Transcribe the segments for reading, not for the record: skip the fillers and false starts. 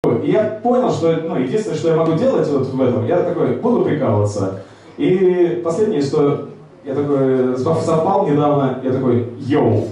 И я понял, что единственное, что я могу делать вот в этом, я такой, буду прикалываться. И последнее, что я такой, совпал недавно, я такой, йоу.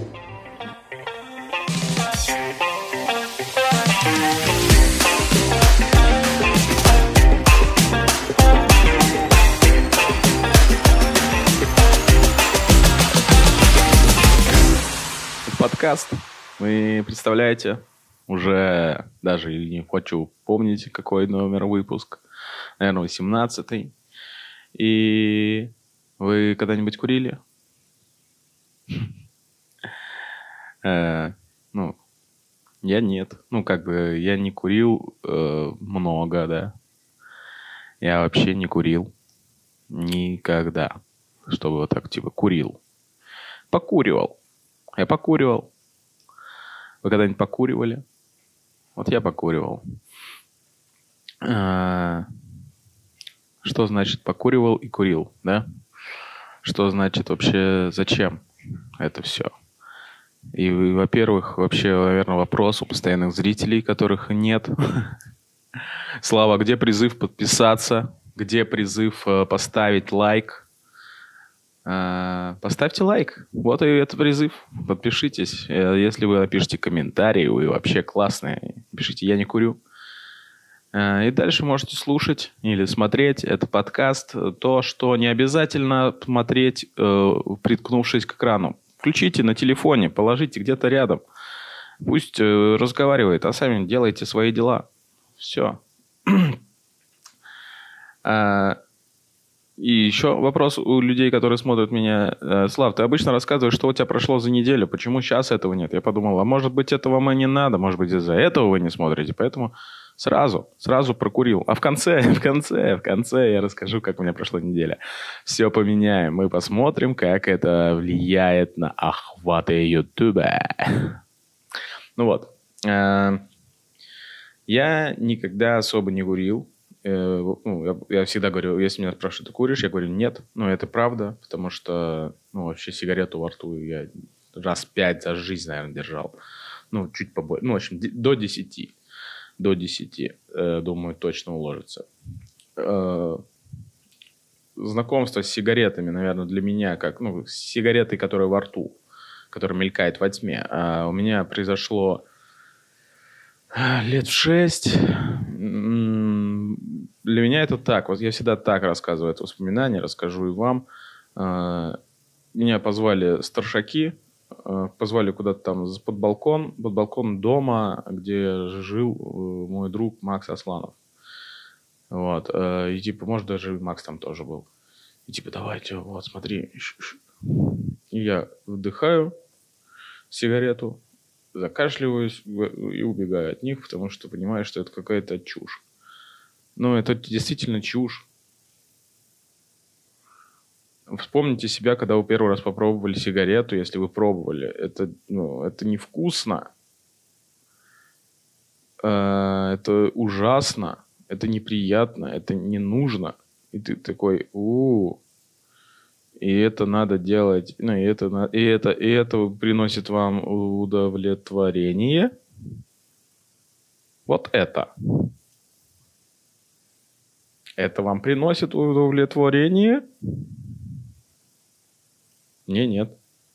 Подкаст. Вы представляете, уже даже не хочу помнить, какой номер выпуск. Наверное, 18-й. И вы когда-нибудь курили? Я нет. Я не курил много, да. Я вообще не курил. Никогда. Чтобы вот так, курил. Покуривал. Я покуривал. Вы когда-нибудь покуривали? Вот я покуривал. Что значит покуривал и курил, да? Что значит вообще зачем это все? И, во-первых, вообще, наверное, вопрос у постоянных зрителей, которых нет. Слава, где призыв подписаться? Где призыв поставить лайк? Поставьте лайк. Вот и это призыв. Подпишитесь. Если вы напишите комментарий, вы вообще классные. Пишите «Я не курю». И дальше можете слушать или смотреть. Это подкаст. То, что не обязательно смотреть, приткнувшись к экрану. Включите на телефоне, положите где-то рядом. Пусть разговаривает, а сами делайте свои дела. Все. И еще вопрос у людей, которые смотрят меня. Слав, ты обычно рассказываешь, что у тебя прошло за неделю. Почему сейчас этого нет? Я подумал, а может быть, этого вам и не надо. Может быть, из-за этого вы не смотрите. Поэтому сразу прокурил. А в конце я расскажу, как у меня прошла неделя. Все поменяем. Мы посмотрим, как это влияет на охваты Ютуба. Я никогда особо не курил. Я всегда говорю, если меня спрашивают, ты куришь? Я говорю, нет. Это правда, потому что, вообще сигарету во рту я раз 5 за жизнь, наверное, держал. Чуть побольше. В общем, до 10. До 10, думаю, точно уложится. Знакомство с сигаретами, наверное, для меня, как, сигареты, которые во рту, которые мелькают во тьме. У меня произошло лет в 6. Для меня это так. Вот я всегда так рассказываю это воспоминание, расскажу и вам. Меня позвали старшаки, позвали куда-то там под балкон дома, где жил мой друг Макс Асланов. Вот. И может, даже Макс там тоже был. И давайте, вот, смотри. И я вдыхаю сигарету, закашливаюсь и убегаю от них, потому что понимаю, что это какая-то чушь. Это действительно чушь. Вспомните себя, когда вы первый раз попробовали сигарету, если вы пробовали. Это невкусно. Это ужасно. Это неприятно. Это не нужно. И ты такой, и это надо делать. И это приносит вам удовлетворение. Вот это. Это вам приносит удовлетворение? Мне нет.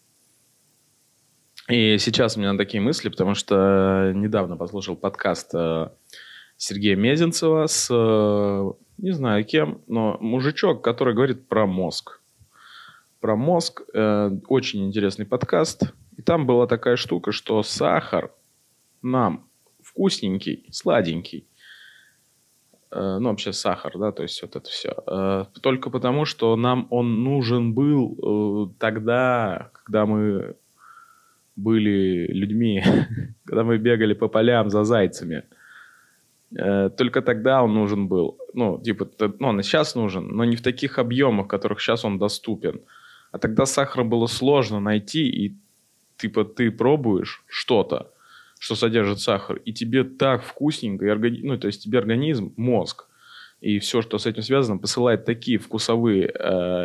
И сейчас у меня такие мысли, потому что недавно послушал подкаст Сергея Мезенцева с, не знаю кем, но мужичок, который говорит про мозг. Про мозг. Очень интересный подкаст. И там была такая штука, что сахар нам вкусненький, сладенький. Вообще сахар, да, то есть вот это все. Только потому, что нам он нужен был тогда, когда мы были людьми, когда мы бегали по полям за зайцами. Только тогда он нужен был. Он и сейчас нужен, но не в таких объемах, в которых сейчас он доступен. А тогда сахар было сложно найти, и ты пробуешь что-то, что содержит сахар, и тебе так вкусненько, то есть тебе организм, мозг, и все, что с этим связано, посылает такие вкусовые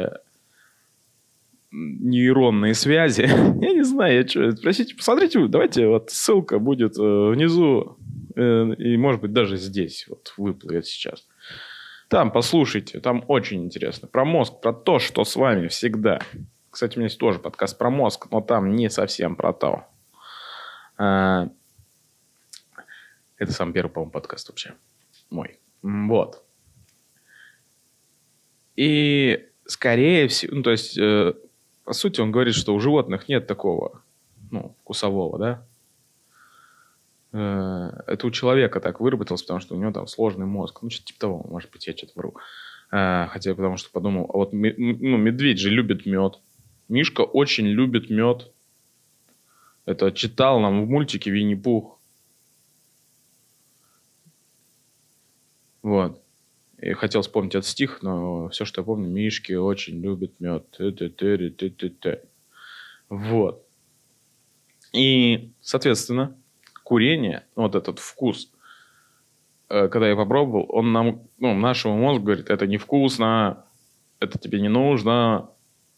нейронные связи. Я не знаю, спросите, посмотрите, давайте, вот ссылка будет внизу и, может быть, даже здесь вот выплывет сейчас. Там, послушайте, там очень интересно. Про мозг, про то, что с вами всегда. Кстати, у меня есть тоже подкаст про мозг, но там не совсем про то. Это самый первый, по-моему, подкаст вообще. Мой. Вот. И скорее всего, ну, то есть, по сути, он говорит, что у животных нет такого, ну, вкусового, да? Это у человека так выработалось, потому что у него там сложный мозг. Ну, что-то типа того, может быть, я что-то вру. Хотя потому что подумал, а вот медведь же любит мед. Мишка очень любит мед. Это читал нам в мультике Винни-Пух. Вот. И хотел вспомнить этот стих, но все, что я помню, Мишки очень любит мед. Вот. И, соответственно, курение, вот этот вкус, когда я попробовал, он нам, ну, нашему мозгу говорит, это невкусно, это тебе не нужно.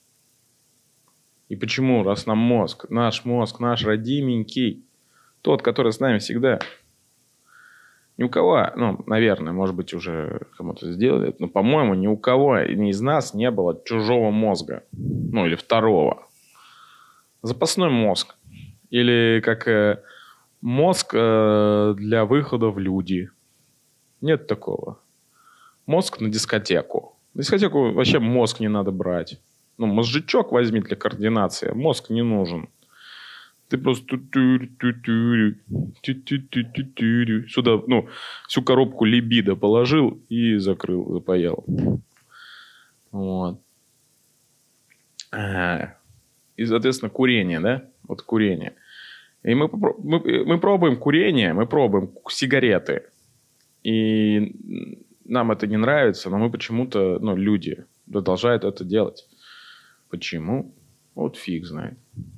И почему? Раз нам мозг, наш родименький, тот, который с нами всегда. Ни у кого, ну, наверное, может быть, уже кому-то сделали, но, по-моему, ни у кого, ни из нас не было чужого мозга. Ну, или второго. Запасной мозг. Или как мозг для выхода в люди. Нет такого. Мозг на дискотеку. На дискотеку вообще мозг не надо брать. Ну, мозжечок возьми для координации. Мозг не нужен. Ты просто сюда, ну, всю коробку либидо положил и закрыл, запаял. Вот. И, соответственно, курение, да? Вот курение. И мы пробуем курение, мы пробуем сигареты. И нам это не нравится, но мы почему-то, ну, люди продолжают это делать. Почему? Вот фиг знает.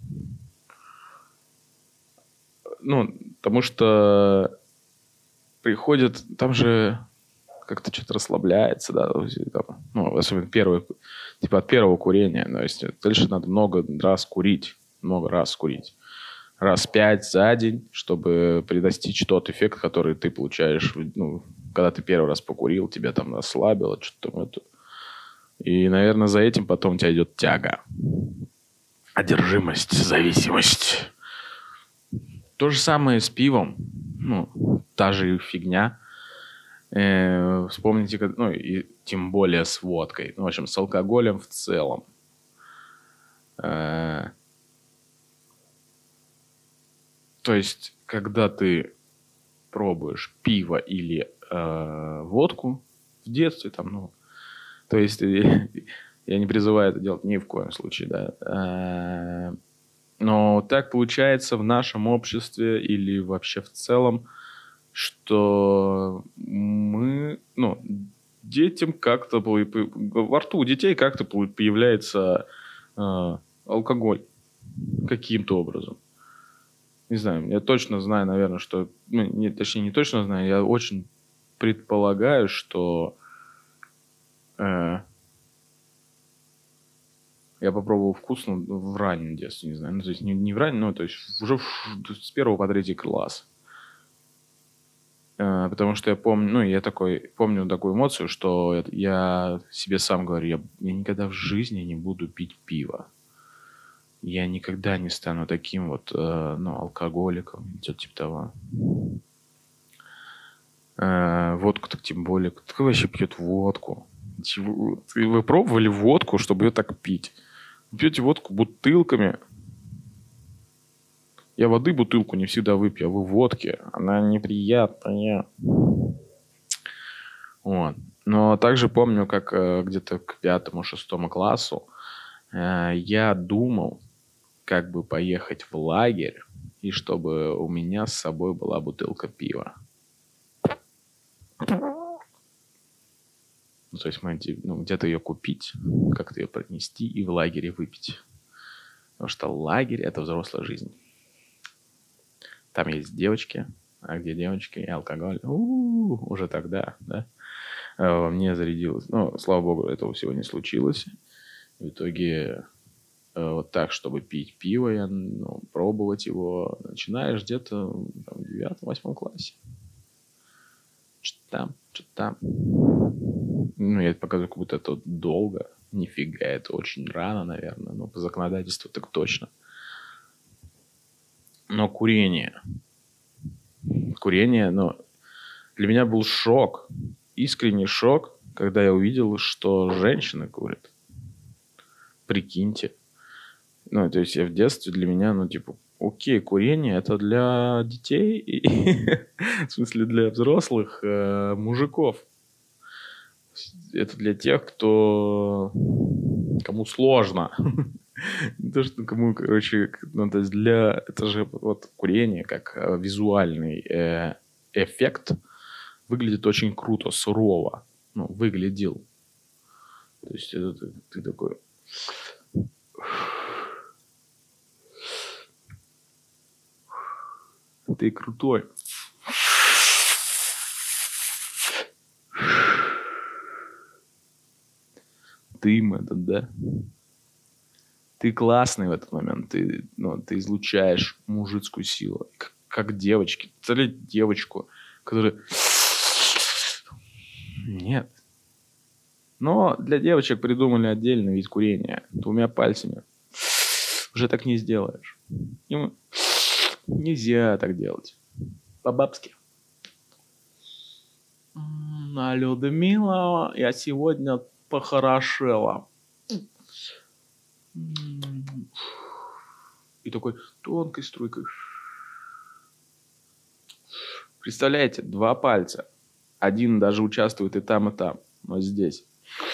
Ну, потому что приходит, там же как-то что-то расслабляется, да, там, ну, особенно первый, типа от первого курения, то есть дальше надо много раз курить. Раз 5 за день, чтобы достичь тот эффект, который ты получаешь, ну, когда ты первый раз покурил, тебя там расслабило, что-то там это. И, наверное, за этим потом у тебя идет тяга. Одержимость, зависимость. То же самое с пивом. Ну, та же фигня. Вспомните, ну, и тем более с водкой. Ну, в общем, с алкоголем в целом. То есть, когда ты пробуешь пиво или водку в детстве, там, ну, то есть, я не призываю это делать ни в коем случае, да. Но так получается в нашем обществе или вообще в целом, что мы, ну, детям как-то во рту у детей как-то появляется алкоголь каким-то образом. Не знаю, я точно знаю, наверное, что... Ну, точнее, не точно знаю, я очень предполагаю, что... Я попробовал вкус, ну, в раннем детстве, не знаю. Ну, то есть не в раннем, но то есть уже с 1 по 3 класс. Потому что я помню, ну, я помню такую эмоцию, что я себе сам говорю, я никогда в жизни не буду пить пиво. Я никогда не стану таким вот, ну, алкоголиком, что-то типа того. Водку так тем более. Кто вообще пьет водку? Вы пробовали водку, чтобы ее так пить? Вы пьете водку бутылками. Я воды бутылку не всегда выпью, а вы водки. Она неприятная. Вот. Но также помню, как где-то к 5-6 классу я думал, как бы поехать в лагерь, и чтобы у меня с собой была бутылка пива. Ну, то есть где-то ее купить, как-то ее пронести и в лагере выпить. Потому что лагерь – это взрослая жизнь. Там есть девочки, а где девочки и алкоголь. Уже тогда, да, во мне зарядилось. Ну, слава богу, этого всего не случилось. В итоге вот так, чтобы пить пиво, пробовать его, начинаешь где-то в 9-8 классе. что-то там. Ну, я показываю, как будто это долго. Нифига, это очень рано, наверное. Но по законодательству так точно. Но курение, ну, для меня был шок. Искренний шок, когда я увидел, что женщины курят. Прикиньте. Ну, то есть я в детстве для меня, ну, типа, окей, курение это для детей, в смысле для взрослых мужиков. Это для тех, кому сложно. Не то, что кому, короче, ну, то есть это же вот курение как визуальный эффект выглядит очень круто, сурово. Ну, выглядел. То есть это ты такой... Ты крутой. Дым этот, да? Ты классный в этот момент. Ты излучаешь мужицкую силу. Как девочки. Представляете девочку, которая... Нет. Но для девочек придумали отдельный вид курения. 2 пальцами. Уже так не сделаешь. Им нельзя так делать. По-бабски. Людмила, я сегодня похорошела. И такой тонкой струйкой. Представляете, 2 пальца. Один даже участвует и там, и там. Но здесь.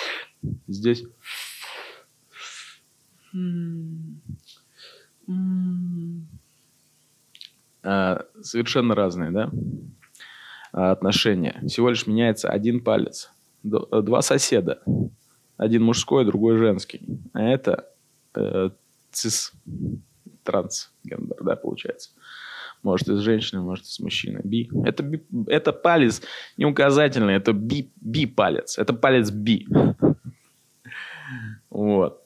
Совершенно разные, да? Отношения. Всего лишь меняется 1 палец. 2 соседа. Один мужской, другой женский. А это трансгендер, да, получается. Может, и с женщиной, может, и с мужчиной. Би. Это палец не указательный, это би-палец. Это палец би. Вот.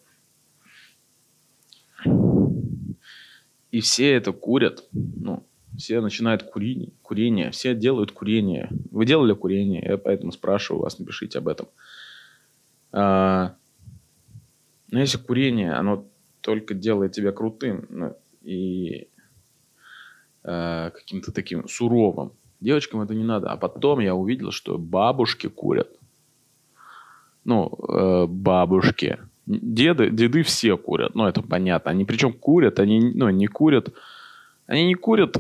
И все это курят. Ну, все начинают курение. Все делают курение. Вы делали курение? Я поэтому спрашиваю вас, напишите об этом. Но если курение, оно только делает тебя крутым, ну, и каким-то таким суровым, девочкам это не надо. А потом я увидел, что бабушки курят. Ну, бабушки. Деды все курят. Ну, это понятно. Они причем курят, они не курят. Они не курят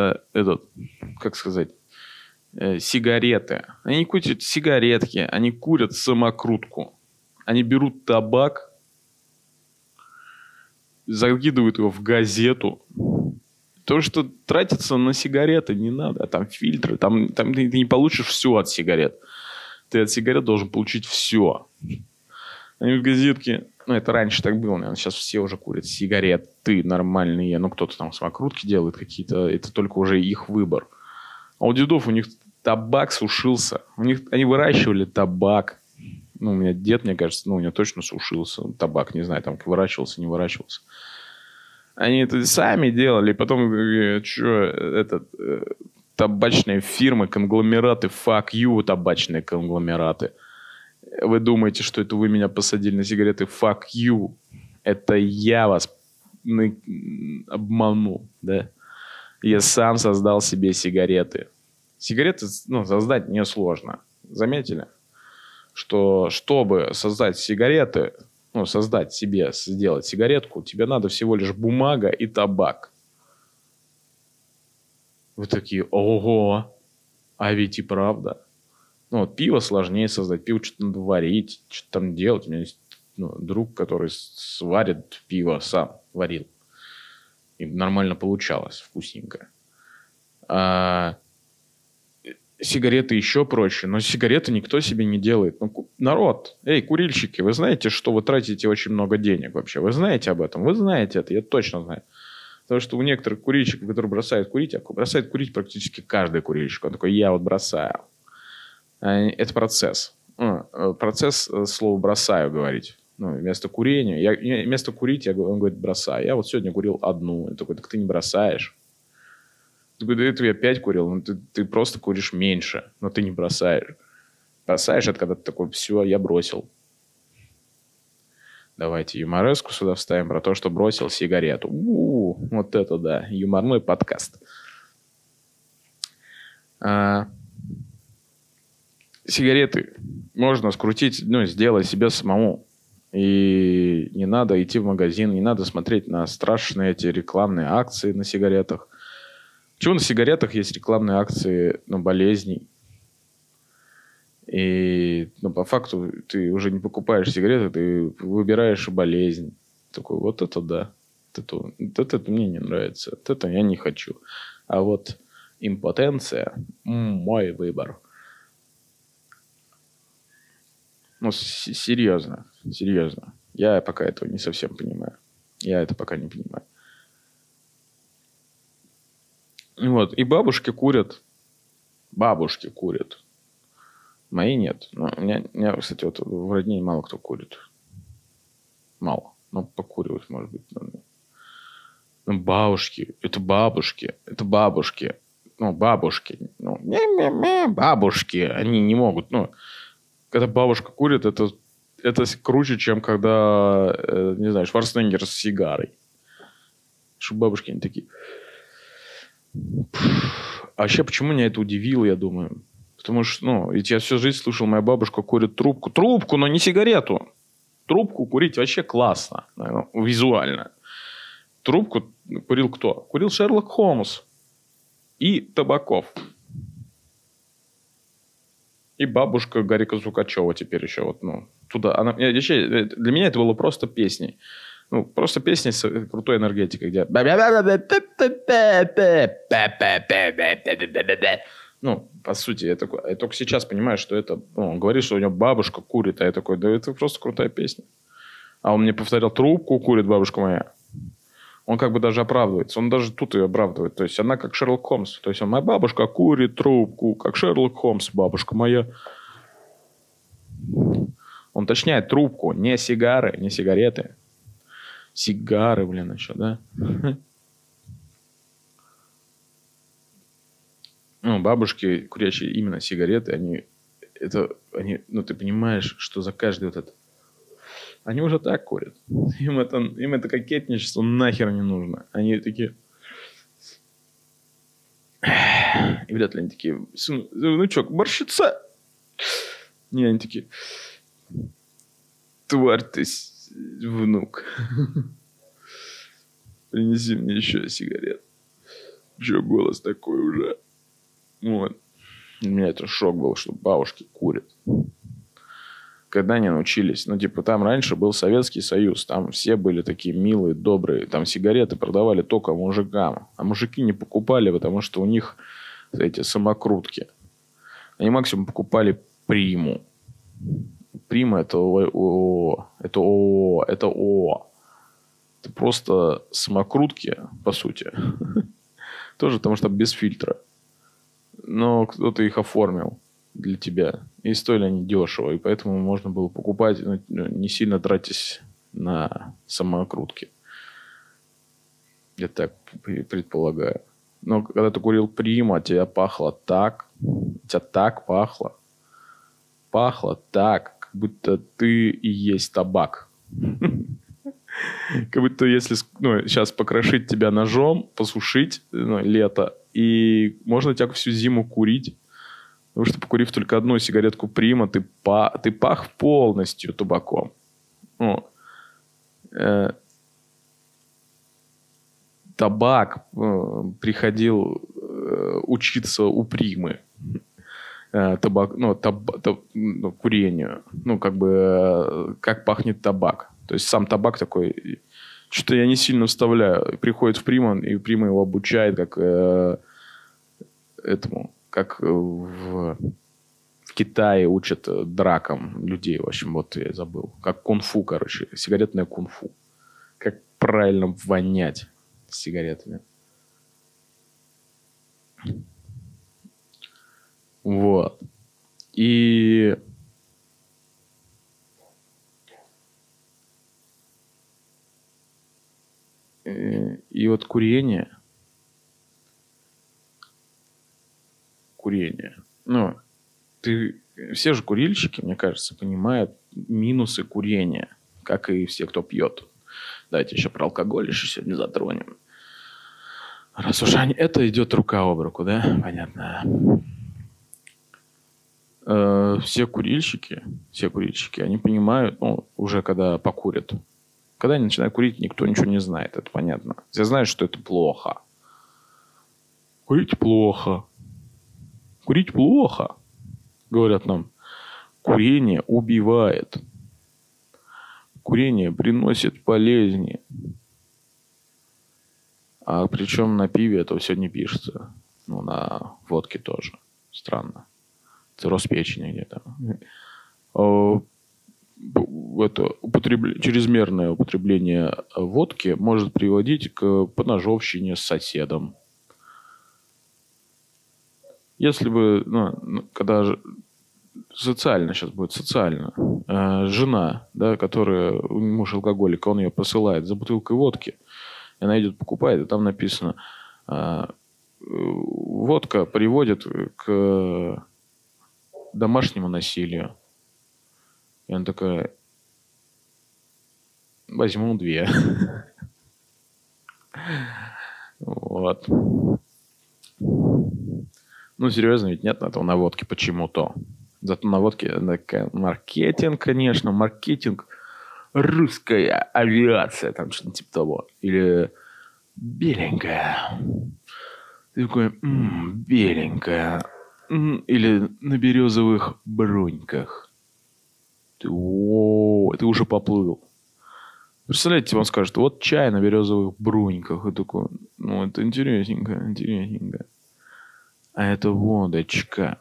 сигареты. Они не курят сигаретки. Они курят самокрутку. Они берут табак, закидывают его в газету. То, что тратится на сигареты, не надо. Там фильтры, там ты не получишь все от сигарет. Ты от сигарет должен получить все. Они в газетке... Ну, это раньше так было, наверное. Сейчас все уже курят сигареты нормальные. Ну, кто-то там самокрутки делает какие-то. Это только уже их выбор. А у дедов у них табак сушился. Они выращивали табак. Ну, у меня дед, мне кажется, у него точно сушился табак. Не знаю, там выращивался, не выращивался. Они это сами делали. Потом, табачные фирмы, конгломераты, fuck you, табачные конгломераты. Вы думаете, что это вы меня посадили на сигареты? Fuck you. Это я вас обманул, да? Я сам создал себе сигареты. Сигареты, создать несложно. Заметили? Что, чтобы создать сигареты, сделать сигаретку, тебе надо всего лишь бумага и табак. Вы такие, ого, а ведь и правда. Пиво сложнее создать, пиво что-то надо варить, что-то там делать. У меня есть друг, который сварит пиво, сам варил. И нормально получалось, вкусненько. Сигареты еще проще, но сигареты никто себе не делает. Народ, курильщики, вы знаете, что вы тратите очень много денег вообще? Вы знаете об этом? Вы знаете это, я точно знаю. Потому что у некоторых курильщиков, которые бросают курить практически каждый курильщик. Он такой, я вот бросаю. Это процесс. Процесс слово бросаю говорить. Вместо курения. Вместо курить, он говорит бросаю. Я вот сегодня курил 1. Он такой, так ты не бросаешь. До этого я 5 курил, но ты просто куришь меньше, но ты не бросаешь. Бросаешь, это когда ты такой, все, я бросил. Давайте юмореску сюда вставим про то, что бросил сигарету. Вот это да, юморной подкаст. Сигареты можно скрутить, сделать себе самому. И не надо идти в магазин, не надо смотреть на страшные эти рекламные акции на сигаретах. Почему на сигаретах есть рекламные акции, болезней? И, по факту, ты уже не покупаешь сигареты, ты выбираешь болезнь. Такой, вот это да. Вот это мне не нравится. Вот это я не хочу. А вот импотенция – мой выбор. Серьезно. Я пока этого не совсем понимаю. Я это пока не понимаю. Вот. И бабушки курят. Мои нет. Но у меня, кстати, вот в родне мало кто курит. Мало. Покуривают, может быть. Бабушки. Бабушки. Бабушки. Они не могут. Когда бабушка курит, это круче, чем когда, не знаю, Шварценеггер с сигарой. Что бабушки они такие. А вообще, почему меня это удивило, я думаю? Потому что, ведь я всю жизнь слушал, моя бабушка курит трубку. Трубку, но не сигарету. Трубку курить вообще классно. Визуально. Трубку курил кто? Курил Шерлок Холмс. И Табаков. И бабушка Гарика Зукачева теперь еще туда. Для меня это было просто песней. Просто песни с крутой энергетикой, где... по сути, я только сейчас понимаю, что это... он говорит, что у него бабушка курит, а я такой, да это просто крутая песня. А он мне повторял, трубку курит бабушка моя. Он как бы даже оправдывается. Он даже тут ее оправдывает. То есть она как Шерлок Холмс. То есть моя бабушка курит трубку, как Шерлок Холмс, бабушка моя. Он уточняет трубку, не сигары, не сигареты. Сигары, еще, да? Бабушки, курящие именно сигареты, они, ты понимаешь, что за каждый вот этот... Они уже так курят. Им это кокетничество нахер не нужно. Они такие... И вряд ли они такие... Внучок, борщица! Не, они такие... Тварь ты, внук. Принеси мне еще сигарет. Че голос такой уже? Вот. Для меня это шок был, что бабушки курят. Когда они научились. Там раньше был Советский Союз. Там все были такие милые, добрые. Там сигареты продавали только мужикам. А мужики не покупали, потому что у них эти самокрутки. Они максимум покупали приму. Прима это ООО. Это ООО. Это ООО. Это просто самокрутки, по сути. Тоже потому что без фильтра. Но кто-то их оформил для тебя. И стоили они дешево. И поэтому можно было покупать, не сильно тратясь на самокрутки. Я так предполагаю. Но когда ты курил Прима, тебя пахло так. Тебя так пахло. Пахло так, как будто ты и есть табак. Как будто если сейчас покрошить тебя ножом, посушить лето, и можно тебя всю зиму курить. Потому что, покурив только одну сигаретку Прима, ты пах полностью табаком. Табак приходил учиться у Примы. Курению. Как пахнет табак. То есть сам табак такой... Что-то я не сильно вставляю. Приходит в Прима, и Прима его обучает, как как в Китае учат дракам людей. В общем, вот я забыл. Как кунг-фу, короче. Сигаретное кунг-фу. Как правильно вонять с сигаретами. Вот. И вот курение Все же курильщики, мне кажется, понимают минусы курения, как и все, кто пьет. Давайте еще про алкоголь еще сегодня затронем. Раз уж это идет рука об руку, да? Понятно. Все курильщики, они понимают, уже когда покурят. Когда они начинают курить, никто ничего не знает, это понятно. Все знают, что это плохо. Курить плохо. Курить плохо, говорят нам. Курение убивает. Курение приносит полезнее. А причем на пиве это все не пишется. На водке тоже. Странно. Цирроз печени где-то. Чрезмерное употребление водки может приводить к поножовщине с соседом. Если бы, когда социально, сейчас будет социально, жена, да, которая, муж алкоголик, он ее посылает за бутылкой водки, и она идет покупает, и там написано, водка приводит к домашнему насилию. И она такая, возьму 2. Вот. Серьезно, ведь нет этого на водке почему-то. Зато на водке маркетинг, конечно, маркетинг. Русская авиация, там что-то типа того. Или беленькая. Ты такой, беленькая. Или на березовых бруньках. Ты уже поплыл. Представляете, он скажет, вот чай на березовых бруньках. И такой, это интересненько. А это водочка.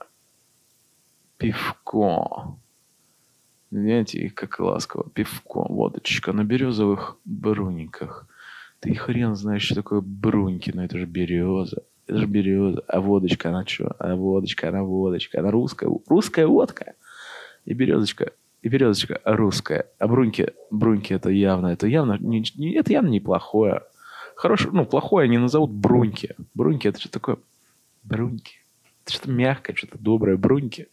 Пивко. Знаете, как ласково. Пивко, водочка на березовых бруньках. Ты хрен знаешь, что такое бруньки, но это же береза. А водочка, она что? А водочка, она водочка. Она русская водка. И березочка русская. А бруньки это явно неплохое. Хорошее, плохое они назовут бруньки. Бруньки это что такое? Бруньки. Это что-то мягкое, что-то доброе. Бруньки.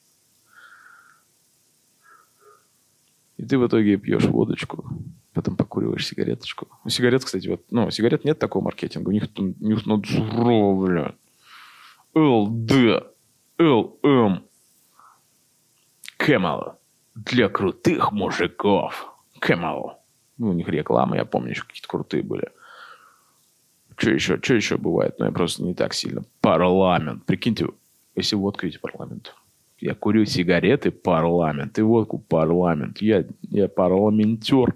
И ты в итоге пьешь водочку, потом покуриваешь сигареточку. У сигарет, кстати, сигарет нет такого маркетинга. У них надо сурово, блядь. ЛД, ЛМ. Camel. Для крутых мужиков. Camel. У них реклама, я помню, еще какие-то крутые были. Что еще бывает? Я просто не так сильно. Парламент. Прикиньте, если водку пить парламент. Я курю сигареты парламент. И водку парламент. Я парламентер.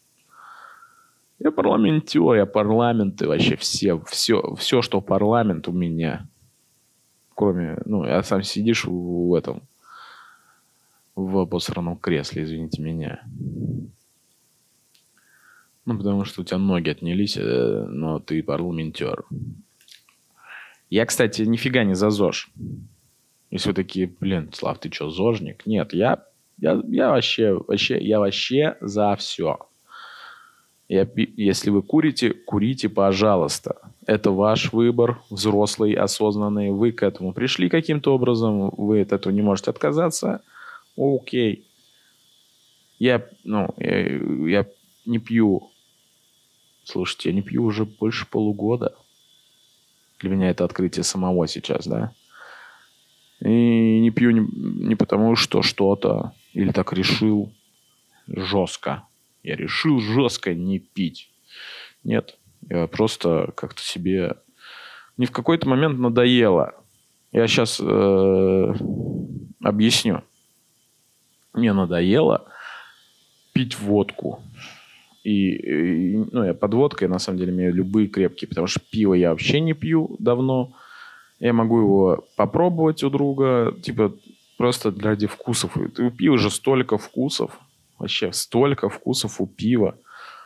Я парламент. И вообще все, что парламент у меня. Кроме, я сам сидишь в обосранном кресле, извините меня. Потому что у тебя ноги отнялись, но ты парламентер. Я, кстати, нифига не за ЗОЖ. Если вы такие, Слав, ты что, зожник? Нет, я вообще за все. Если вы курите, пожалуйста. Это ваш выбор, взрослый, осознанный. Вы к этому пришли каким-то образом, вы от этого не можете отказаться. Окей. Я не пью. Слушайте, я не пью уже больше полугода. Для меня это открытие самого сейчас, да? И не пью не потому, что что-то или так решил жестко. Я решил жестко не пить. Нет. Я просто как-то себе... Мне в какой-то момент надоело. Я сейчас объясню. Мне надоело пить водку. Я под водкой, на самом деле, имею любые крепкие, потому что пиво я вообще не пью давно. Я могу его попробовать у друга, просто ради вкусов. У пива же столько вкусов. Вообще, столько вкусов у пива.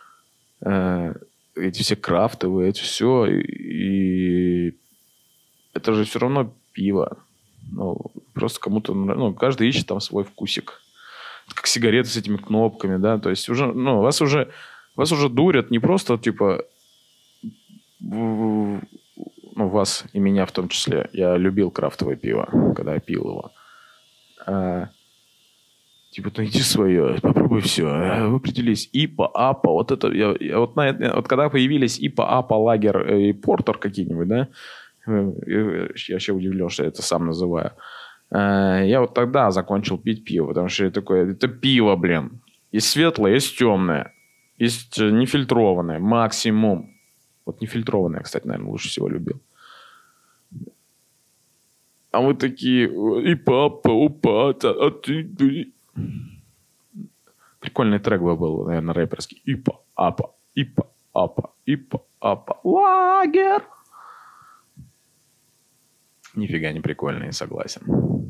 Эти все крафтовые, это все. И это же все равно пиво. Просто кому-то... каждый ищет там свой вкусик. Как сигареты с этими кнопками, да, то есть уже, вас уже дурят не просто, вас и меня в том числе. Я любил крафтовое пиво, когда я пил его. Типа, найди свое, попробуй все, вы определись. ИПА, АПА, вот это, вот когда появились ИПА, АПА, лагер и портер какие-нибудь, да, я вообще удивлен, что я это сам называю. Я вот тогда закончил пить пиво, потому что я такой, это пиво, блин. Есть светлое, есть темное, есть нефильтрованное, максимум. Вот нефильтрованное, кстати, наверное, лучше всего любил. А мы такие, и папа, упа, а ты... Прикольный трек был, наверное, рэперский. ИПА, АПА, ИПА, АПА, ИПА, АПА, лагер. Нифига не прикольный, согласен.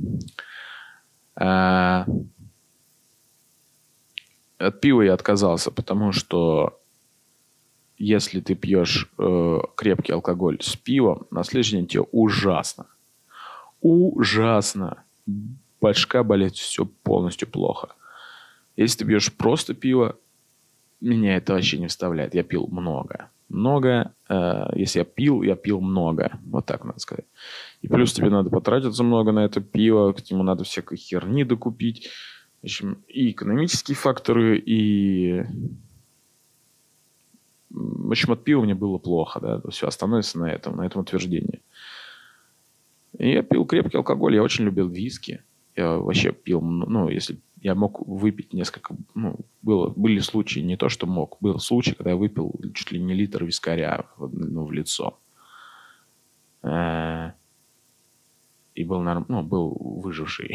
От пива я отказался, потому что если ты пьешь крепкий алкоголь с пивом, на следующий день тебе ужасно. Ужасно. Башка болит, все полностью плохо. Если ты пьешь просто пиво, меня это вообще не вставляет. Я пил много. Если я пил много. Вот так надо сказать. И плюс тебе надо потратиться много на это пиво, к нему надо всякой херни докупить. В общем, и экономические факторы, и... В общем, от пива мне было плохо, да. Все остановится на этом утверждении. И я пил крепкий алкоголь. Я очень любил виски. Я вообще пил, если я мог выпить несколько, были случаи, не то, что мог, был случай, когда я выпил чуть ли не литр вискаря в лицо. И был, был выживший.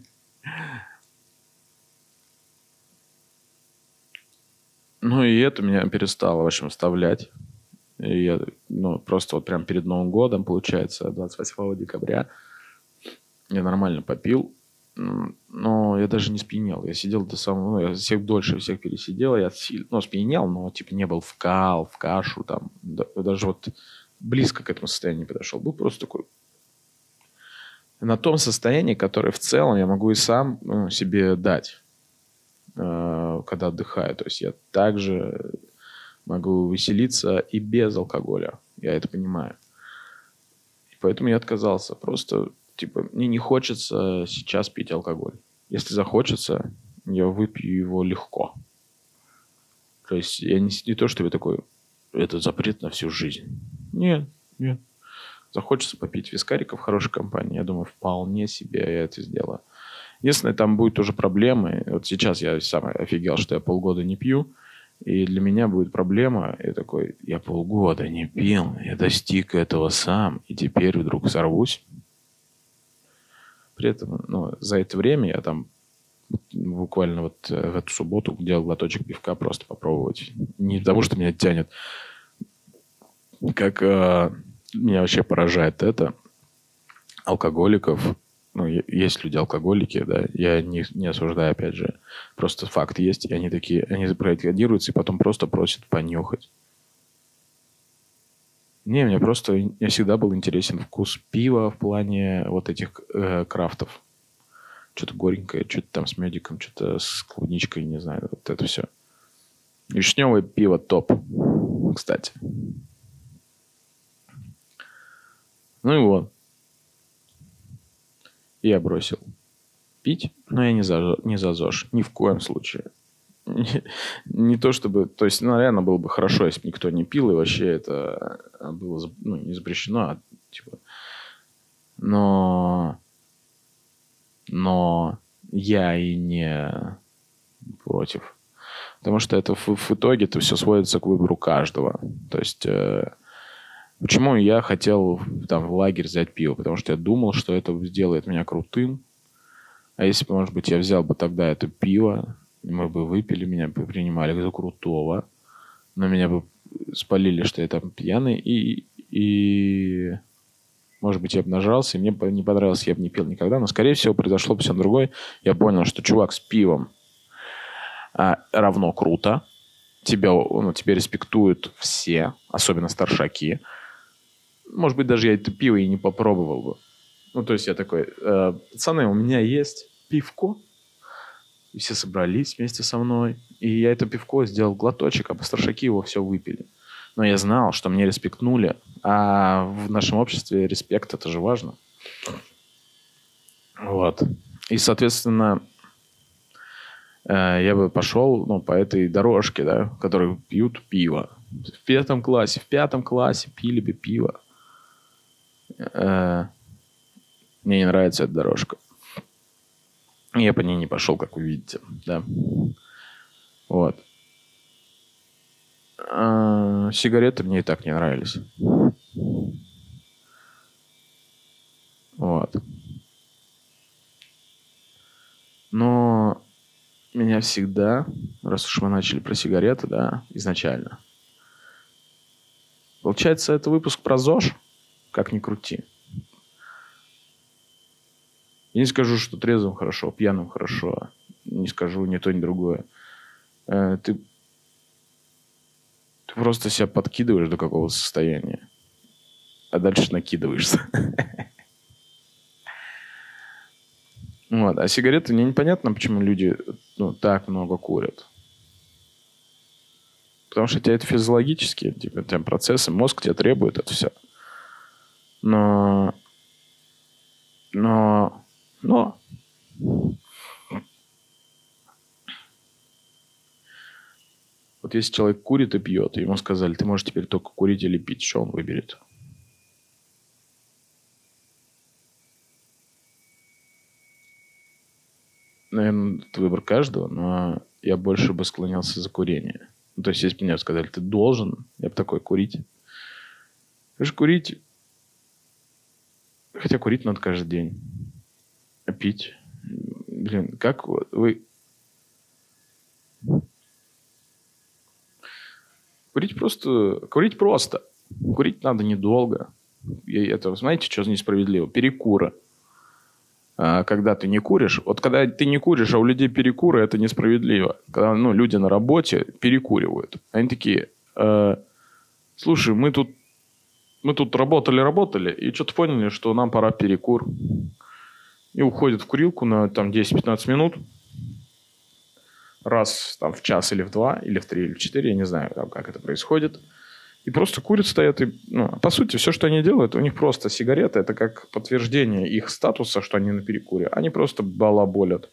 И это меня перестало, в общем, вставлять. И я, просто вот прям перед Новым годом, получается, 28 декабря, я нормально попил. Но я даже не спьянел. Я сидел до самого... я дольше всех пересидел. Я спьянел, но типа не был в кашу. Там, даже вот близко к этому состоянию не подошел. Был просто такой... На том состоянии, которое в целом я могу и сам себе дать, когда отдыхаю. То есть я также могу веселиться и без алкоголя. Я это понимаю. И поэтому я отказался. Просто... Типа, мне не хочется сейчас пить алкоголь. Если захочется, я выпью его легко. То есть я не то, что я такой, это запрет на всю жизнь. Нет. Захочется попить вискарика в хорошей компании. Я думаю, вполне себе я это сделаю. Единственное, там будет тоже проблемы. Вот сейчас я сам офигел, что я полгода не пью. И для меня будет проблема. Я такой, я полгода не пил. Я достиг этого сам. И теперь вдруг сорвусь. При этом, за это время я там буквально вот в эту субботу делал глоточек пивка просто попробовать. Не потому, что меня тянет. Как меня вообще поражает это. Алкоголиков. Есть люди-алкоголики, да. Я не осуждаю, опять же. Просто факт есть. И они баррикадируются и потом просто просят понюхать. Мне всегда был интересен вкус пива в плане вот этих крафтов. Что-то горенькое, что-то там с медиком, что-то с клубничкой, не знаю, вот это все. Вишневое пиво топ, кстати. И вот. Я бросил пить, но я не за ЗОЖ, ни в коем случае. Не то чтобы... То есть, наверное, было бы хорошо, если бы никто не пил, и вообще это было не запрещено, типа... Но я и не против. Потому что это в итоге это все сводится к выбору каждого. То есть... Почему я хотел там в лагерь взять пиво? Потому что я думал, что это сделает меня крутым. А если бы, может быть, я взял бы тогда это пиво, мы бы выпили, меня бы принимали за крутого, но меня бы спалили, что я там пьяный, и может быть, я бы нажрался, и мне бы не понравилось, я бы не пил никогда, но, скорее всего, произошло бы все другое. Я понял, что чувак с пивом равно круто, тебя респектуют все, особенно старшаки. Может быть, даже я это пиво и не попробовал бы. То есть я такой, пацаны, у меня есть пивко. И все собрались вместе со мной. И я это пивко сделал глоточек, а старшаки его все выпили. Но я знал, что мне респектнули. А в нашем обществе респект — это же важно. Вот. И, соответственно, я бы пошел, ну, по этой дорожке, да, которые пьют пиво. В пятом классе пили бы пиво. Мне не нравится эта дорожка. Я по ней не пошел, как вы видите, да. Вот. Сигареты мне и так не нравились. Вот. Но меня всегда, раз уж мы начали про сигареты, да, изначально. Получается, это выпуск про ЗОЖ, как ни крути. Я не скажу, что трезвым хорошо, пьяным хорошо. Не скажу ни то, ни другое. Ты просто себя подкидываешь до какого-то состояния, а дальше накидываешься. Вот. А сигареты, мне непонятно, почему люди так много курят. Потому что это физиологические типа, процессы, мозг тебе требует это все. Но вот если человек курит и пьет, и ему сказали, ты можешь теперь только курить или пить, что он выберет? Наверное, это выбор каждого, но я больше бы склонялся за курение. Ну, то есть, если бы мне сказали, ты должен, я бы такой, курить. Конечно, курить... Хотя курить надо каждый день. А пить... Блин, как вы... Курить просто. Курить надо недолго. И это, знаете, что несправедливо? Перекуры. Когда ты не куришь. Вот когда ты не куришь, а у людей перекуры, это несправедливо. Когда люди на работе перекуривают. Они такие, слушай, мы тут работали, и что-то поняли, что нам пора перекур. И уходят в курилку на 10-15 минут. Раз в час или в 2, или в 3, или в 4, я не знаю, как это происходит. И просто курят, стоят. И, по сути, все, что они делают, у них просто сигарета. Это как подтверждение их статуса, что они на перекуре. Они просто балаболят.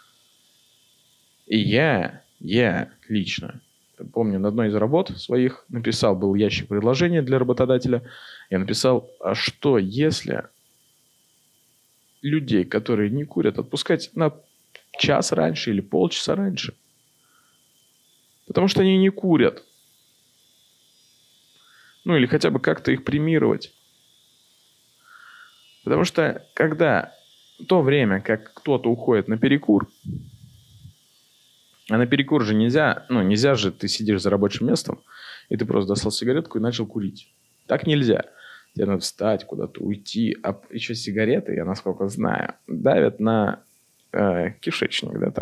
И я лично, помню, на одной из работ своих написал, был ящик предложений для работодателя. Я написал, а что если людей, которые не курят, отпускать на час раньше или полчаса раньше? Потому что они не курят. Или хотя бы как-то их премировать. Потому что когда в то время, как кто-то уходит на перекур, а на перекур же нельзя же ты сидишь за рабочим местом, и ты просто достал сигаретку и начал курить. Так нельзя. Тебе надо встать, куда-то уйти. А еще сигареты, я насколько знаю, давят на кишечник, да,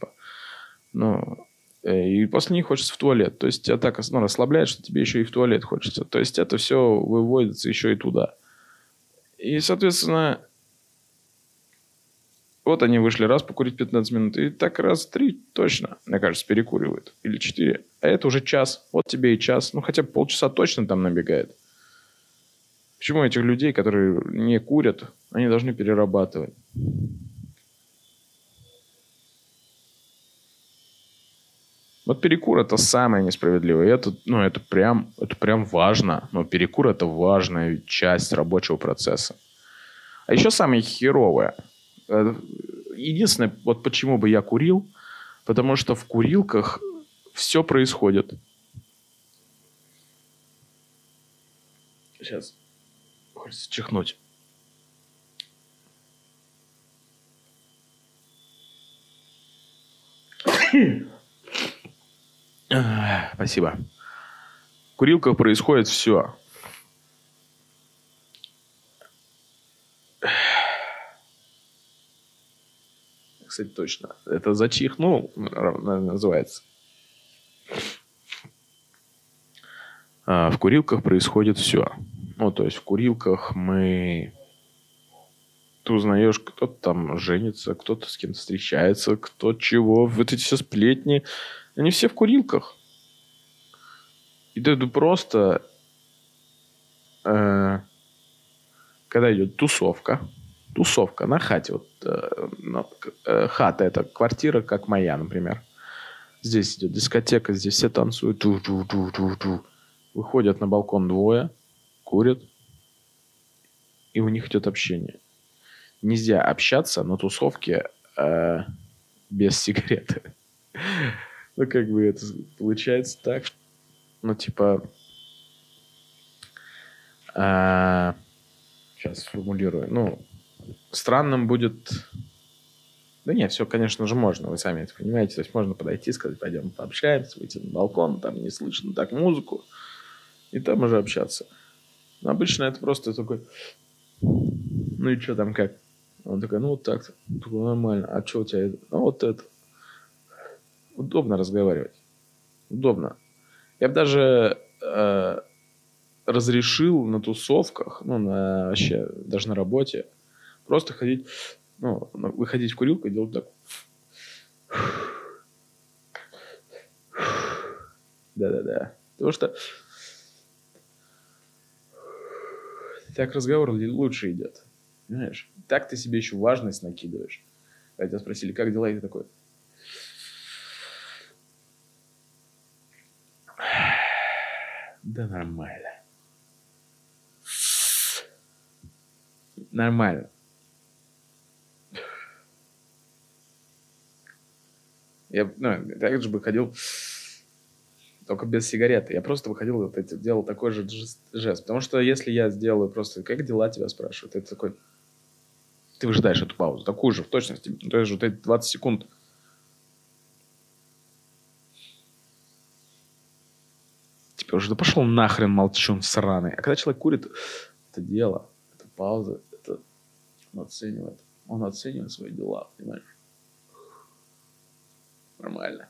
и после них хочется в туалет. То есть тебя так расслабляет, что тебе еще и в туалет хочется. То есть это все выводится еще и туда. И, соответственно, вот они вышли раз покурить 15 минут, и так раз 3 точно, мне кажется, перекуривают. Или 4. А это уже час. Вот тебе и час. Хотя бы полчаса точно там набегает. Почему этих людей, которые не курят, они должны перерабатывать? Вот перекур это самое несправедливое. Это прям важно. Но перекур это важная часть рабочего процесса. А еще самое херовое. Единственное, вот почему бы я курил, потому что в курилках все происходит. Сейчас хочется чихнуть. Спасибо. В курилках происходит все. Кстати, точно. Это зачихнул, называется. В курилках происходит все. То есть в курилках ты узнаешь, кто-то там женится, кто-то с кем-то встречается, кто чего. Вот эти все сплетни. Они все в курилках. И ты просто... когда идет тусовка, тусовка на хате. Вот, хата – это квартира, как моя, например. Здесь идет дискотека, здесь все танцуют. Ту-ту-ту-ту-ту. Выходят на балкон двое, курят, и у них идет общение. Нельзя общаться на тусовке без сигареты. Ну, как бы это получается так. Ну, типа... сейчас сформулирую. Ну, странным будет... Да нет, все, конечно же, можно. Вы сами это понимаете. То есть можно подойти, сказать, пойдем пообщаемся, выйти на балкон, там не слышно так музыку. И там уже общаться. Но обычно это просто такой... Ну и что там как? Он такой, ну вот так-то. Такой, нормально. А что у тебя? Ну вот это. Удобно разговаривать. Удобно. Я бы даже разрешил на тусовках, ну, вообще, даже на работе, просто ходить, ну, выходить в курилку и делать так. Да-да-да. Потому что так разговор лучше идет. Понимаешь? Так ты себе еще важность накидываешь. Когда тебя спросили, как дела, и ты такой... Да нормально. Нормально. Я, ну, так же бы ходил, только без сигареты. Я просто выходил, вот, делал такой же жест. Потому что если я сделаю просто, как дела, тебя спрашивают, это такой... Ты выжидаешь эту паузу. Такую же, в точности. То есть вот эти 20 секунд. Типа уже, да пошел нахрен, молчун сраный. А когда человек курит, это дело, это пауза, это он оценивает свои дела, понимаешь? Нормально.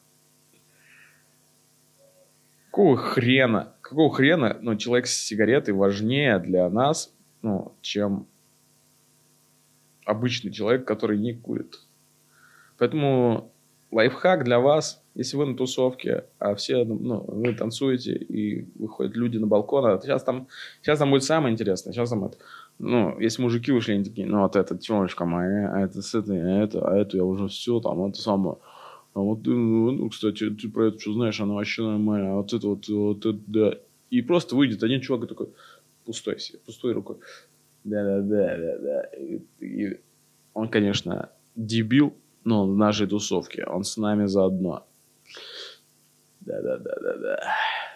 Какого хрена, ну, человек с сигаретой важнее для нас, ну, чем обычный человек, который не курит. Поэтому лайфхак для вас, если вы на тусовке, а все, ну, вы танцуете, и выходят люди на балкон, а сейчас там будет самое интересное. Сейчас там это, ну, если мужики вышли, они такие, ну, вот эта тёлочка моя, а это с этой, а эту я уже все, там, это самое. А вот ты, ну, кстати, ты про это что знаешь, она вообще нормальная, а вот это, да. И просто выйдет один чувак и такой, пустой рукой. Да. И он, конечно, дебил, но в нашей тусовке. Он с нами заодно. Да.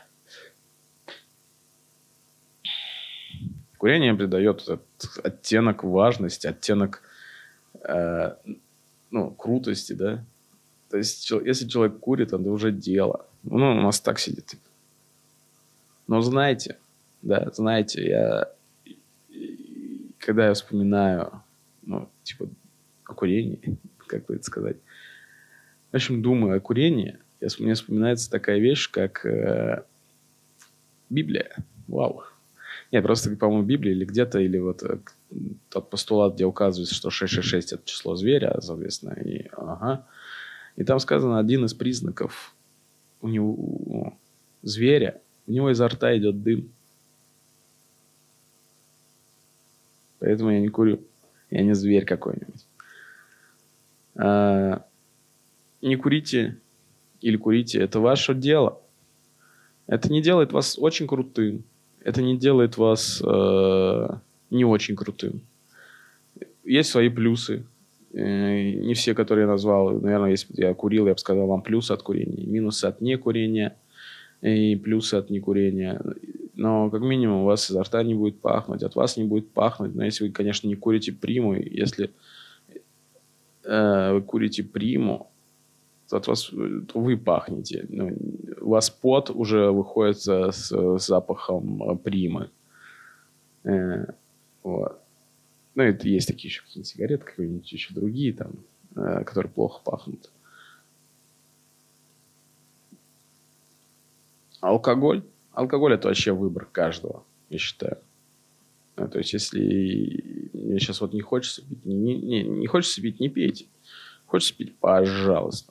Курение придает этот оттенок важности, оттенок, ну, крутости, да. То есть, если человек курит, это уже дело. Ну, у нас так сидит. Но знаете, когда я вспоминаю, ну, типа, о курении, как бы это сказать, в общем, думаю о курении, мне вспоминается такая вещь, как Библия. Вау. Нет, просто, по-моему, Библия или где-то, или вот тот постулат, где указывается, что 666 – это число зверя, соответственно, и там сказано, один из признаков у него, зверя, у него изо рта идет дым. Поэтому я не курю. Я не зверь какой-нибудь. Не курите или курите. Это ваше дело. Это не делает вас очень крутым. Это не делает вас не очень крутым. Есть свои плюсы. Не все, которые я назвал. Наверное, если бы я курил, я бы сказал вам плюсы от курения. Минусы от некурения. И плюсы от некурения. Но, как минимум, у вас изо рта не будет пахнуть, от вас не будет пахнуть. Но если вы, конечно, не курите приму, если вы курите приму, то от вас то вы пахнете. Ну, у вас пот уже выходит с запахом примы. Вот. Ну, это есть такие еще какие-нибудь сигареты, какие-нибудь еще другие, там, которые плохо пахнут. Алкоголь. Алкоголь – это вообще выбор каждого, я считаю. То есть, если мне сейчас вот не хочется пить, не хочется пить, не пейте. Хочется пить, пожалуйста.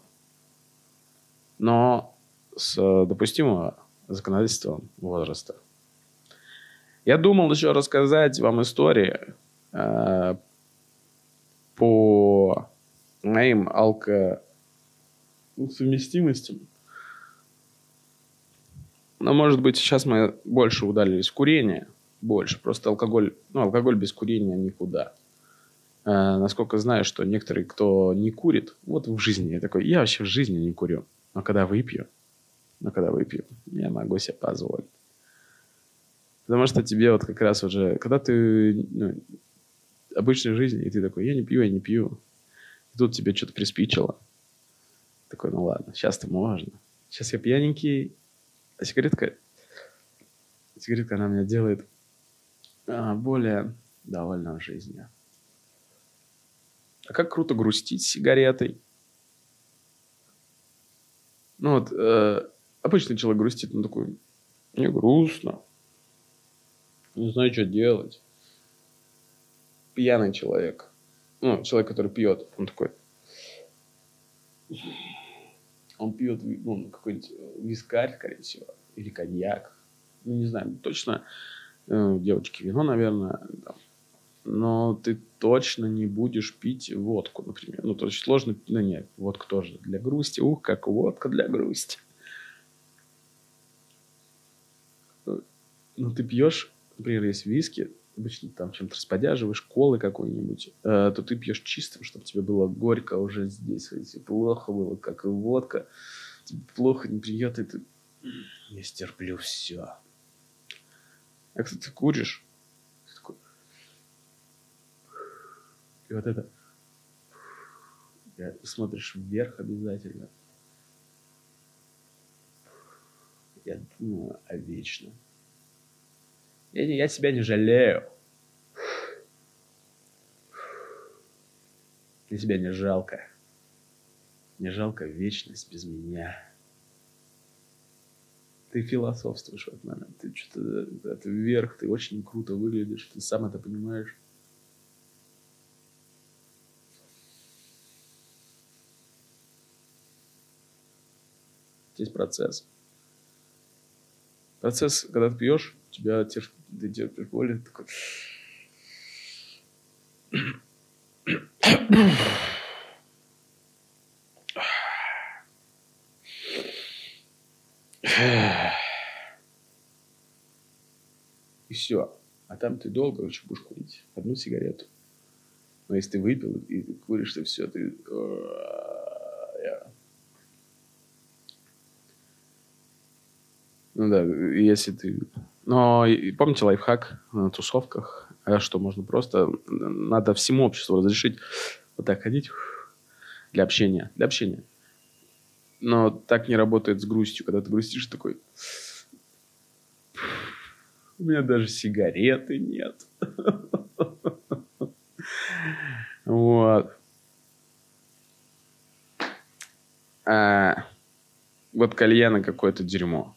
Но с допустимого законодательством возраста. Я думал еще рассказать вам истории по моим совместимостям. Но, может быть, сейчас мы больше удалились в курение. Больше. Просто алкоголь без курения никуда. Насколько знаю, что некоторые, кто не курит, вот в жизни, я такой, я вообще в жизни не курю. Но когда выпью, я могу себе позволить. Потому что тебе вот как раз уже, когда ты обычной жизни, и ты такой, я не пью. И тут тебе что-то приспичило. Такой, ну ладно, сейчас-то можно. Сейчас я пьяненький, а сигаретка, она меня делает более довольным жизнью. А как круто грустить с сигаретой. Ну вот, обычный человек грустит, он такой, мне грустно. Не знаю, что делать. Пьяный человек. Человек, который пьет, он такой... Он пьет какой-нибудь вискарь, скорее всего, или коньяк. Не знаю, точно. Девочки, вино, наверное. Да. Но ты точно не будешь пить водку, например. То есть сложно... нет, водка тоже для грусти. Как водка для грусти. Ты пьешь, например, есть виски, обычно там чем-то расподяживаешь, колы какой-нибудь, то ты пьешь чистым, чтобы тебе было горько уже здесь. Если плохо было, как и водка, тебе плохо не придет, и ты... Я стерплю все. А когда ты куришь, ты такой... И вот это... Смотришь вверх обязательно. Я думаю о вечном. Я себя не жалею. Мне себя не жалко. Мне жалко вечность без меня. Ты философствуешь в этот момент. Ты что-то вверх, ты очень круто выглядишь, ты сам это понимаешь. Здесь процесс. Процесс, когда ты пьешь, ты терпишь боль, такой... И все. А там ты долго еще будешь курить. Одну сигарету. Но если ты выпил и ты куришь, то все, ты... если ты... Но помните лайфхак на тусовках, что можно просто... Надо всему обществу разрешить вот так ходить для общения. Но так не работает с грустью. Когда ты грустишь, такой... У меня даже сигареты нет. Вот. Вот кальяна какое-то дерьмо.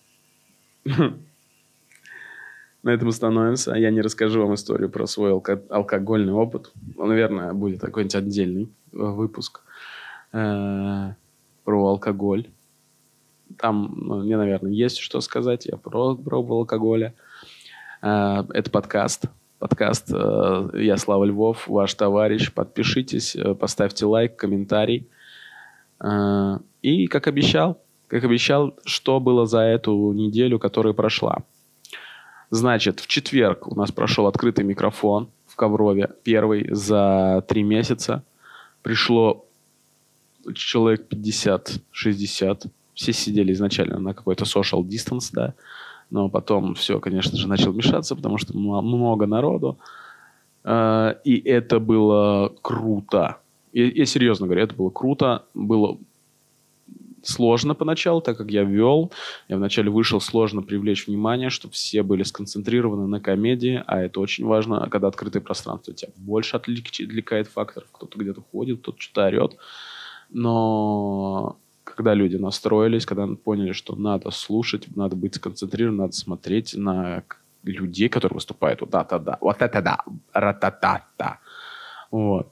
На этом остановимся. Я не расскажу вам историю про свой алкогольный опыт. Наверное, будет какой-нибудь отдельный выпуск про алкоголь. Там мне, наверное, есть что сказать. Я пробовал алкоголя. Это подкаст. Я Слава Львов, ваш товарищ. Подпишитесь, поставьте лайк, комментарий. И, как обещал, что было за эту неделю, которая прошла. Значит, в четверг у нас прошел открытый микрофон в Коврове. Первый за 3 месяца. Пришло человек 50-60. Все сидели изначально на какой-то social distance, да. Но потом все, конечно же, начало мешаться, потому что много народу. И это было круто. Я серьезно говорю, это было круто. Было сложно поначалу, так как я вел. Я вначале вышел, сложно привлечь внимание, чтобы все были сконцентрированы на комедии. А это очень важно, когда открытое пространство. Тебя больше отвлекает факторов. Кто-то где-то ходит, кто-то что-то орет. Но... Когда люди настроились, когда поняли, что надо слушать, надо быть сконцентрированным, надо смотреть на людей, которые выступают. Вот это да, ра-та-та-та. Вот.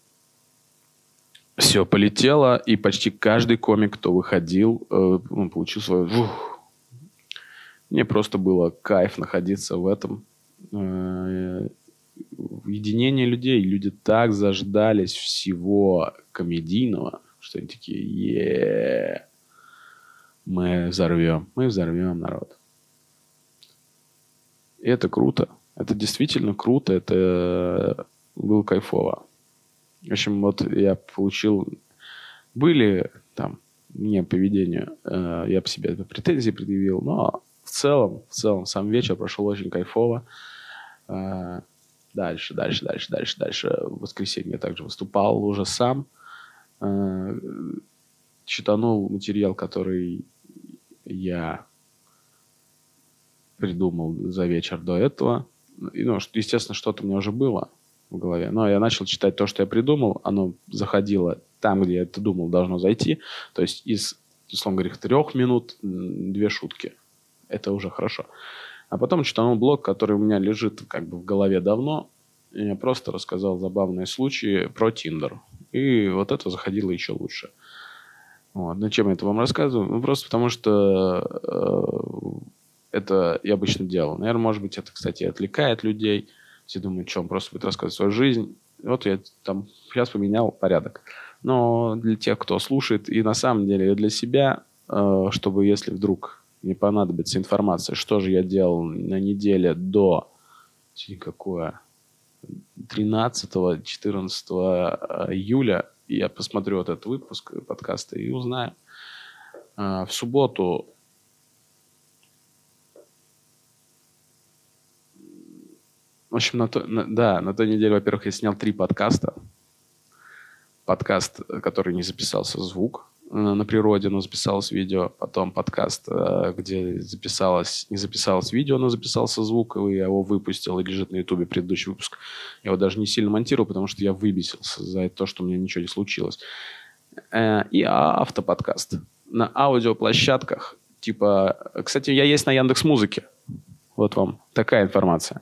Все полетело, и почти каждый комик, кто выходил, получил свою... Мне просто было кайф находиться в этом. единение людей. Люди так заждались всего комедийного, что они такие, мы взорвем народ. И это круто. Это действительно круто. Это было кайфово. В общем, вот я получил... Были там мне по поведению, я по себе претензии предъявил, но в целом, сам вечер прошел очень кайфово. Дальше. В воскресенье я также выступал уже сам. Читанул материал, который я придумал за вечер до этого. И, естественно, что-то у меня уже было в голове. Но я начал читать то, что я придумал. Оно заходило там, где я это думал, должно зайти. То есть из, условно говоря, 3 минут 2 шутки. Это уже хорошо. А потом читанул блог, который у меня лежит как бы в голове давно. И я просто рассказал забавные случаи про Тиндер. И вот это заходило еще лучше. Вот. Зачем я это вам рассказываю? Просто потому что это я обычно делал. Наверное, может быть, это, кстати, отвлекает людей. Все думают, что он просто будет рассказывать свою жизнь. Вот я там сейчас поменял порядок. Но для тех, кто слушает, и на самом деле для себя, чтобы, если вдруг не понадобится информация, что же я делал на неделе до 13-14 июля, я посмотрю вот этот выпуск подкаста и узнаю. В субботу в общем, на той неделе, во-первых, я снял 3 подкаста. Подкаст, который не записался звук на природе, но записалось видео. Потом подкаст, где не записалось видео, но записался звук, и я его выпустил, и лежит на Ютубе предыдущий выпуск. Я его даже не сильно монтировал, потому что я выбесился за то, что у меня ничего не случилось. И автоподкаст на аудиоплощадках. Кстати, я есть на Яндекс.Музыке. Вот вам такая информация.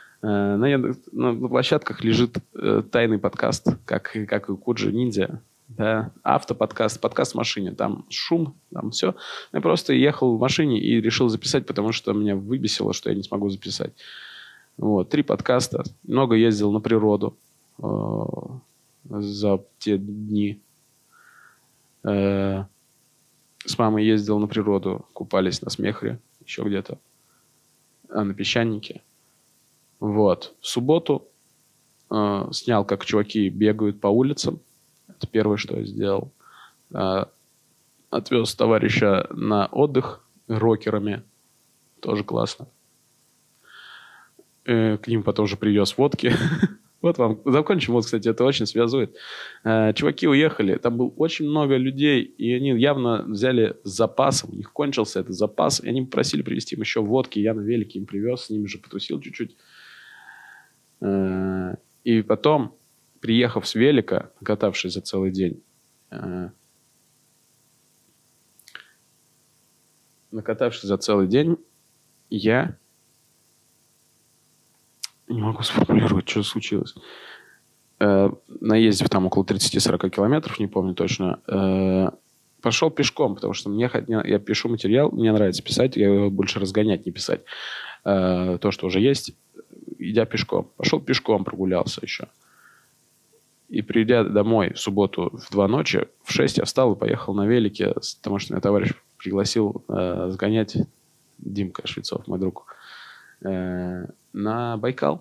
На площадках лежит тайный подкаст, как и Куджи Ниндзя. Да? Автоподкаст, подкаст в машине. Там шум, там все. Я просто ехал в машине и решил записать, потому что меня выбесило, что я не смогу записать. Вот. 3 подкаста. Много ездил на природу за те дни. С мамой ездил на природу. Купались на Смехре, еще где-то. На Песчанике. Вот. В субботу снял, как чуваки бегают по улицам. Это первое, что я сделал. Отвез товарища на отдых рокерами. Тоже классно. К ним потом же привез водки. Вот вам. Закончим. Вот, кстати, это очень связывает. Чуваки уехали. Там было очень много людей. И они явно взяли с запасом. У них кончился этот запас. И они попросили привезти им еще водки. Я на велике им привез. С ними же потусил чуть-чуть. И потом, приехав с велика, катавшись за целый день, я не могу сформулировать, что случилось. Наездив там около 30-40 километров, не помню точно, пошел пешком, потому что я пишу материал, мне нравится писать, я его больше разгонять, не писать. То, что уже есть, идя пешком. Пошел пешком, прогулялся еще. И придя домой в субботу в 2 ночи, в 6 я встал и поехал на велике, потому что меня товарищ пригласил сгонять, Димка Швецов, мой друг, на Байкал.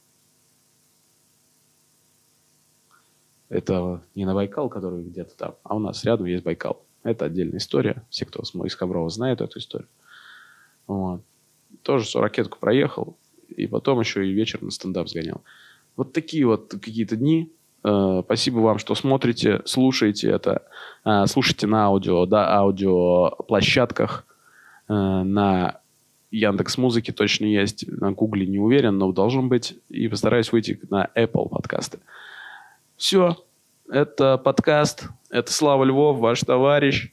Это не на Байкал, который где-то там, а у нас рядом есть Байкал. Это отдельная история. Все, кто из Хаброва, знают эту историю. Вот. Тоже 40-ку проехал. И потом еще и вечер на стендап сгонял. Вот такие вот какие-то дни. Спасибо вам, что смотрите, слушаете это. Слушайте на аудиоплощадках. На Яндекс.Музыке точно есть. На Гугле не уверен, но должен быть. И постараюсь выйти на Apple подкасты. Все. Это подкаст. Это Слава Львов, ваш товарищ.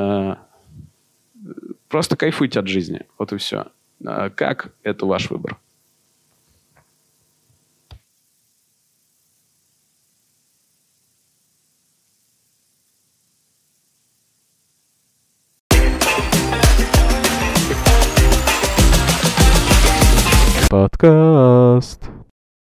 Просто кайфуйте от жизни. Вот и все. Как? Это ваш выбор.